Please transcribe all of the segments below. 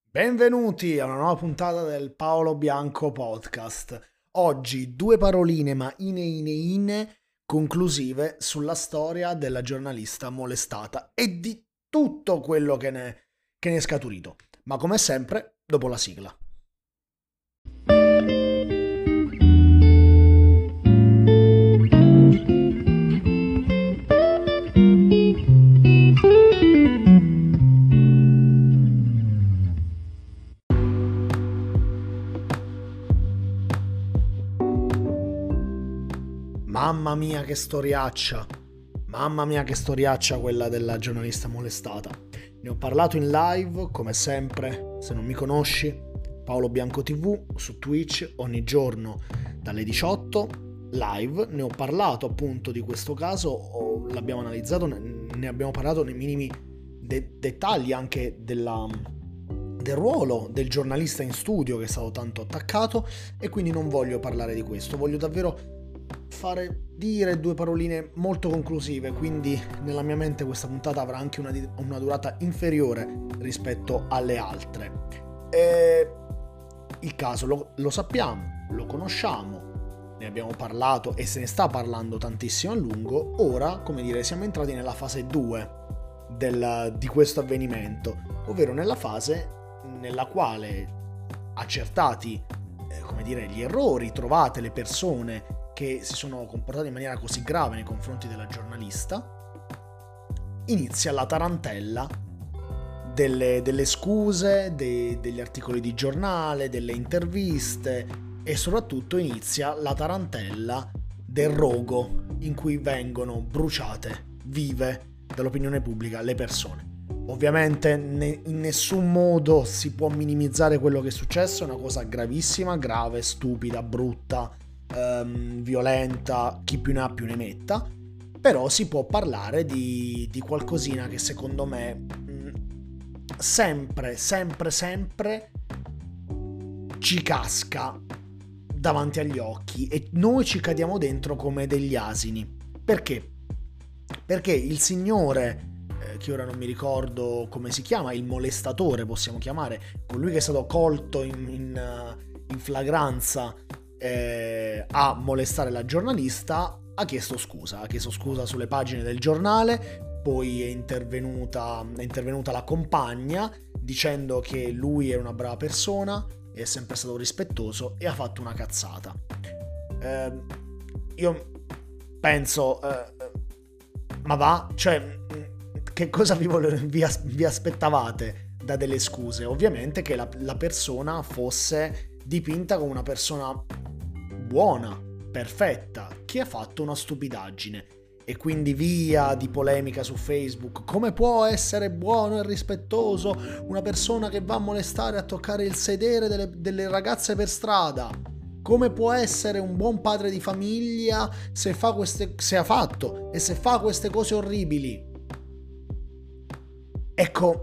Benvenuti a una nuova puntata del Paolo Bianco Podcast. Oggi due paroline ma ine conclusive sulla storia della giornalista molestata e di tutto quello che ne è scaturito. Ma come sempre, dopo la sigla. Mamma mia che storiaccia quella della giornalista molestata. Ne ho parlato in live, come sempre, se non mi conosci, Paolo Bianco TV su Twitch ogni giorno dalle 18, live. Ne ho parlato appunto di questo caso, l'abbiamo analizzato, ne abbiamo parlato nei minimi dettagli anche del ruolo del giornalista in studio che è stato tanto attaccato, e quindi non voglio parlare di questo, voglio davvero dire due paroline molto conclusive, quindi nella mia mente questa puntata avrà anche una durata inferiore rispetto alle altre. Il caso lo sappiamo, lo conosciamo, ne abbiamo parlato e se ne sta parlando tantissimo a lungo. Ora, come dire, siamo entrati nella fase 2 di questo avvenimento, ovvero nella fase nella quale, accertati gli errori, trovate le persone che si sono comportate in maniera così grave nei confronti della giornalista, inizia la tarantella delle scuse, degli articoli di giornale, delle interviste, e soprattutto inizia la tarantella del rogo in cui vengono bruciate vive dall'opinione pubblica le persone. Ovviamente in nessun modo si può minimizzare quello che è successo, è una cosa gravissima, grave, stupida, brutta, violenta, chi più ne ha più ne metta, però si può parlare di qualcosina che secondo me sempre ci casca davanti agli occhi e noi ci cadiamo dentro come degli asini. Perché? Perché il signore, che ora non mi ricordo come si chiama, il molestatore possiamo chiamare, colui che è stato colto in flagranza a molestare la giornalista, ha chiesto scusa sulle pagine del giornale. Poi è intervenuta la compagna dicendo che lui è una brava persona, è sempre stato rispettoso e ha fatto una cazzata. Io penso, ma va, cioè, che cosa vi aspettavate da delle scuse? Ovviamente che la persona fosse dipinta come una persona buona, perfetta, che ha fatto una stupidaggine, e quindi via di polemica su Facebook. Come può essere buono e rispettoso una persona che va a molestare, a toccare il sedere delle ragazze per strada? Come può essere un buon padre di famiglia se fa queste cose orribili? Ecco,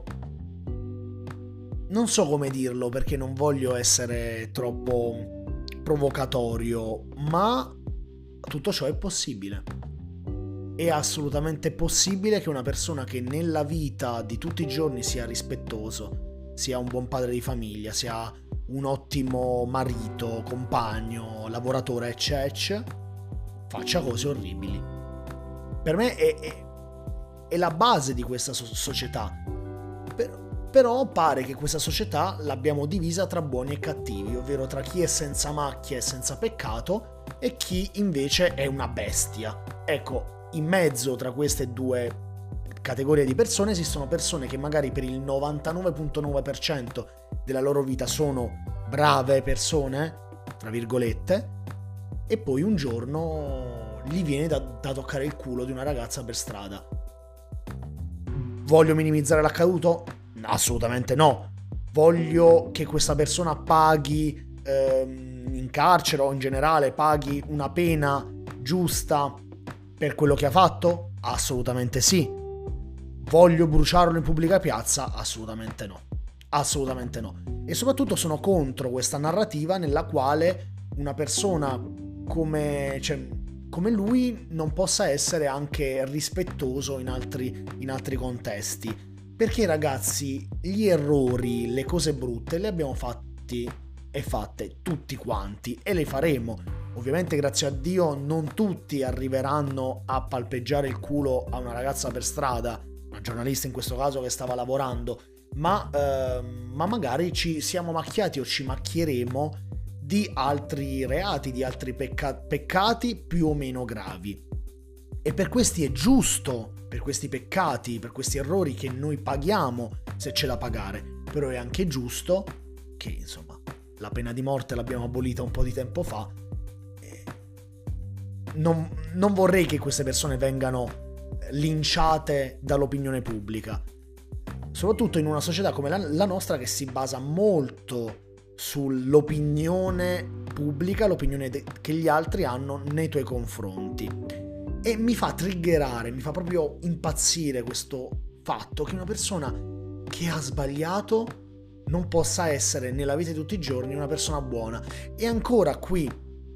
non so come dirlo perché non voglio essere troppo provocatorio, ma tutto ciò è possibile. È assolutamente possibile che una persona che nella vita di tutti i giorni sia rispettoso, sia un buon padre di famiglia, sia un ottimo marito, compagno, lavoratore, eccetera, faccia cose orribili. Per me è la base di questa società. Però pare che questa società l'abbiamo divisa tra buoni e cattivi, ovvero tra chi è senza macchia e senza peccato e chi invece è una bestia. Ecco, in mezzo tra queste due categorie di persone esistono persone che magari per il 99,9% della loro vita sono brave persone, tra virgolette, e poi un giorno gli viene da toccare il culo di una ragazza per strada. Voglio minimizzare l'accaduto? Assolutamente no. Voglio che questa persona paghi in carcere o in generale paghi una pena giusta per quello che ha fatto? Assolutamente sì. Voglio bruciarlo in pubblica piazza? Assolutamente no. E soprattutto sono contro questa narrativa nella quale una persona come lui non possa essere anche rispettoso in altri contesti. Perché ragazzi, gli errori, le cose brutte le abbiamo fatti e fatte tutti quanti e le faremo. Ovviamente grazie a Dio non tutti arriveranno a palpeggiare il culo a una ragazza per strada, una giornalista in questo caso che stava lavorando, ma magari ci siamo macchiati o ci macchieremo di altri reati, di altri peccati più o meno gravi. E per questi è giusto, per questi peccati, per questi errori che noi paghiamo se c'è da pagare, però è anche giusto che, insomma, la pena di morte l'abbiamo abolita un po' di tempo fa. Non vorrei che queste persone vengano linciate dall'opinione pubblica, soprattutto in una società come la nostra che si basa molto sull'opinione pubblica, l'opinione che gli altri hanno nei tuoi confronti. E mi fa triggerare, mi fa proprio impazzire questo fatto che una persona che ha sbagliato non possa essere nella vita di tutti i giorni una persona buona. E ancora qui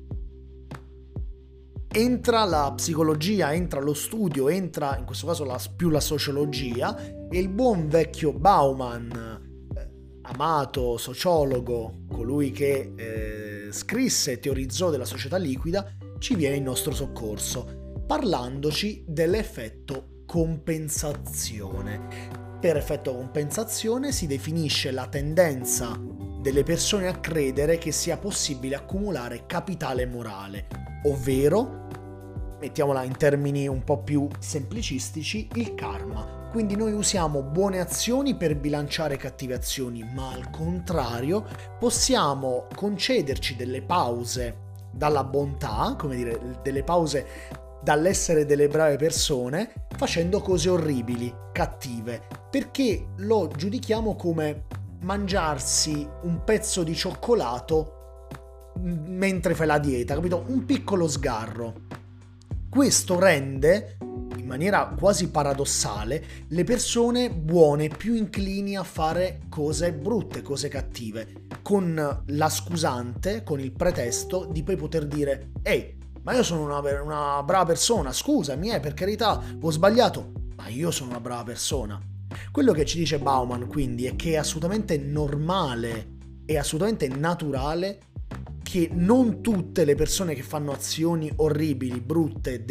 entra la psicologia, entra lo studio, entra in questo caso più la sociologia, e il buon vecchio Bauman, amato sociologo, colui che scrisse e teorizzò della società liquida, ci viene in nostro soccorso, parlandoci dell'effetto compensazione. Per effetto compensazione si definisce la tendenza delle persone a credere che sia possibile accumulare capitale morale, ovvero, mettiamola in termini un po' più semplicistici, il karma. Quindi noi usiamo buone azioni per bilanciare cattive azioni, ma al contrario possiamo concederci delle pause dalla bontà, come dire, delle pause dall'essere delle brave persone, facendo cose orribili, cattive, perché lo giudichiamo come mangiarsi un pezzo di cioccolato mentre fai la dieta, capito? Un piccolo sgarro. Questo rende, in maniera quasi paradossale, le persone buone più inclini a fare cose brutte, cose cattive, con la scusante, con il pretesto di poi poter dire: ehi, ma io sono una brava persona, scusami, per carità, ho sbagliato, ma io sono una brava persona. Quello che ci dice Bauman quindi è che è assolutamente normale e assolutamente naturale che non tutte le persone che fanno azioni orribili, brutte,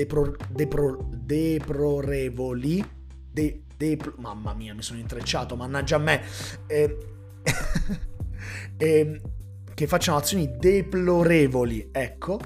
deplorevoli, mamma mia, mi sono intrecciato, mannaggia a me, che facciano azioni deplorevoli, ecco,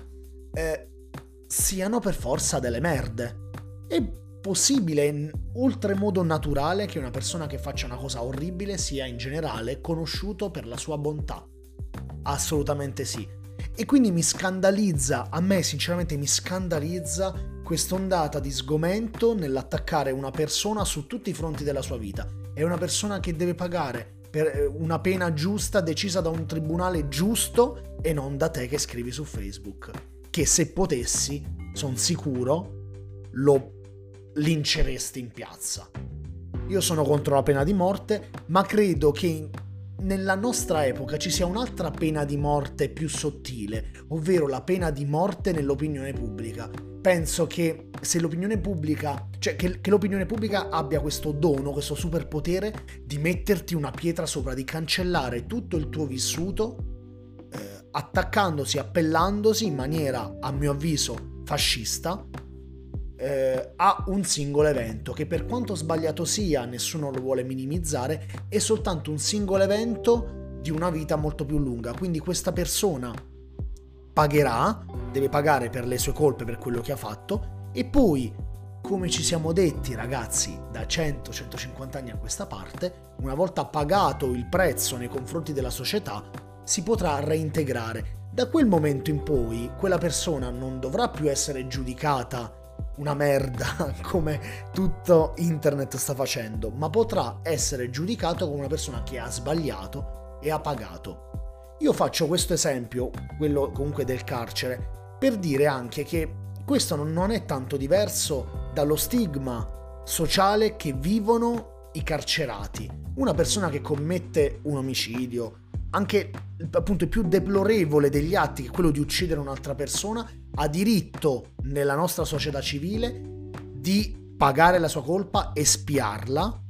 siano per forza delle merde. È possibile, oltremodo naturale, che una persona che faccia una cosa orribile sia in generale conosciuto per la sua bontà. Assolutamente sì. E quindi mi scandalizza, a me sinceramente mi scandalizza quest'ondata di sgomento nell'attaccare una persona su tutti i fronti della sua vita. È una persona che deve pagare per una pena giusta decisa da un tribunale giusto e non da te che scrivi su Facebook, che se potessi, son sicuro, lo linceresti in piazza. Io sono contro la pena di morte, ma credo che nella nostra epoca ci sia un'altra pena di morte più sottile, ovvero la pena di morte nell'opinione pubblica. Penso che se l'opinione pubblica, cioè che l'opinione pubblica abbia questo dono, questo superpotere di metterti una pietra sopra, di cancellare tutto il tuo vissuto, attaccandosi, appellandosi in maniera, a mio avviso, fascista, a un singolo evento, che per quanto sbagliato sia, nessuno lo vuole minimizzare, è soltanto un singolo evento di una vita molto più lunga. Quindi questa persona pagherà, deve pagare per le sue colpe, per quello che ha fatto, e poi, come ci siamo detti ragazzi da 100-150 anni a questa parte, una volta pagato il prezzo nei confronti della società, si potrà reintegrare. Da quel momento in poi quella persona non dovrà più essere giudicata una merda come tutto internet sta facendo, ma potrà essere giudicato come una persona che ha sbagliato e ha pagato. Io faccio questo esempio, quello comunque del carcere, per dire anche che questo non è tanto diverso dallo stigma sociale che vivono i carcerati. Una persona che commette un omicidio, anche appunto il più deplorevole degli atti, che è quello di uccidere un'altra persona, ha diritto nella nostra società civile di pagare la sua colpa, espiarla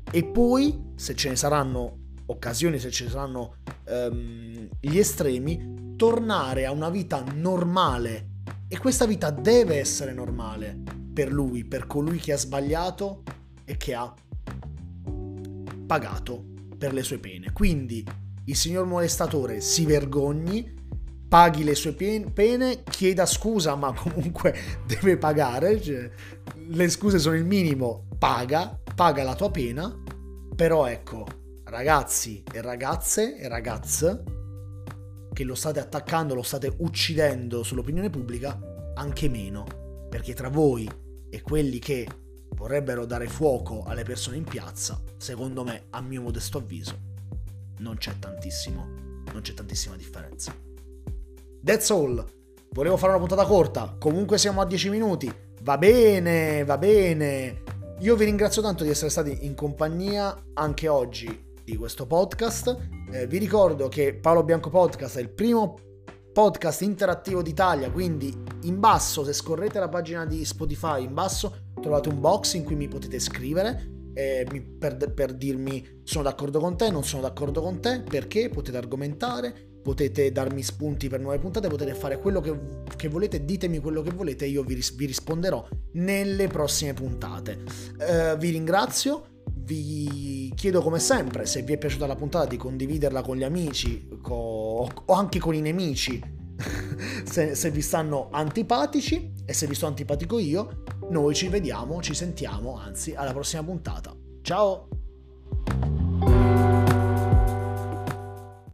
E poi, se ce ne saranno occasioni, se ce ne saranno gli estremi, tornare a una vita normale. E questa vita deve essere normale per lui, per colui che ha sbagliato e che ha pagato per le sue pene. Quindi il signor molestatore si vergogni, paghi le sue pene, chieda scusa, ma comunque deve pagare, cioè, le scuse sono il minimo, paga la tua pena. Però ecco, ragazzi e ragazze e ragazze che lo state attaccando, lo state uccidendo sull'opinione pubblica, anche meno, perché tra voi e quelli che vorrebbero dare fuoco alle persone in piazza, secondo me, a mio modesto avviso, non c'è tantissima differenza. That's all. Volevo fare una puntata corta, comunque siamo a 10 minuti. Va bene. Io vi ringrazio tanto di essere stati in compagnia anche oggi di questo podcast. Vi ricordo che Paolo Bianco Podcast è il primo podcast interattivo d'Italia, quindi in basso, se scorrete la pagina di Spotify, in basso trovate un box in cui mi potete scrivere per dirmi sono d'accordo con te, non sono d'accordo con te, perché potete argomentare, potete darmi spunti per nuove puntate, potete fare quello che volete, ditemi quello che volete e io vi risponderò nelle prossime puntate. Vi ringrazio. Vi chiedo come sempre, se vi è piaciuta la puntata, di condividerla con gli amici o anche con i nemici se vi stanno antipatici, e se vi sto antipatico io. Noi ci vediamo, ci sentiamo, anzi alla prossima puntata. Ciao!